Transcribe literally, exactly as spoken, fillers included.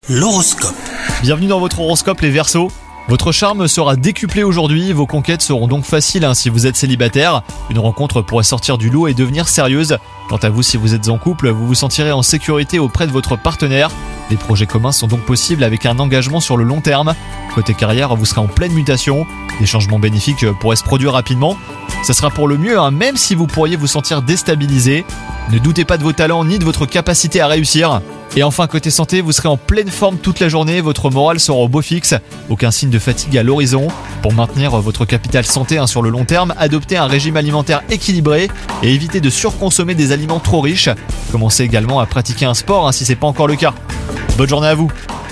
L'horoscope. Bienvenue dans votre horoscope les Verseaux. Votre charme sera décuplé aujourd'hui, vos conquêtes seront donc faciles hein, si vous êtes célibataire. Une rencontre pourrait sortir du lot et devenir sérieuse. Quant à vous, si vous êtes en couple, vous vous sentirez en sécurité auprès de votre partenaire. Des projets communs sont donc possibles avec un engagement sur le long terme. Côté carrière, vous serez en pleine mutation. Des changements bénéfiques pourraient se produire rapidement. Ça sera pour le mieux, hein, même si vous pourriez vous sentir déstabilisé. Ne doutez pas de vos talents ni de votre capacité à réussir. Et enfin, côté santé, vous serez en pleine forme toute la journée, votre morale sera au beau fixe, aucun signe de fatigue à l'horizon. Pour maintenir votre capital santé hein, sur le long terme, adoptez un régime alimentaire équilibré et évitez de surconsommer des aliments trop riches. Commencez également à pratiquer un sport hein, si ce n'est pas encore le cas. Bonne journée à vous.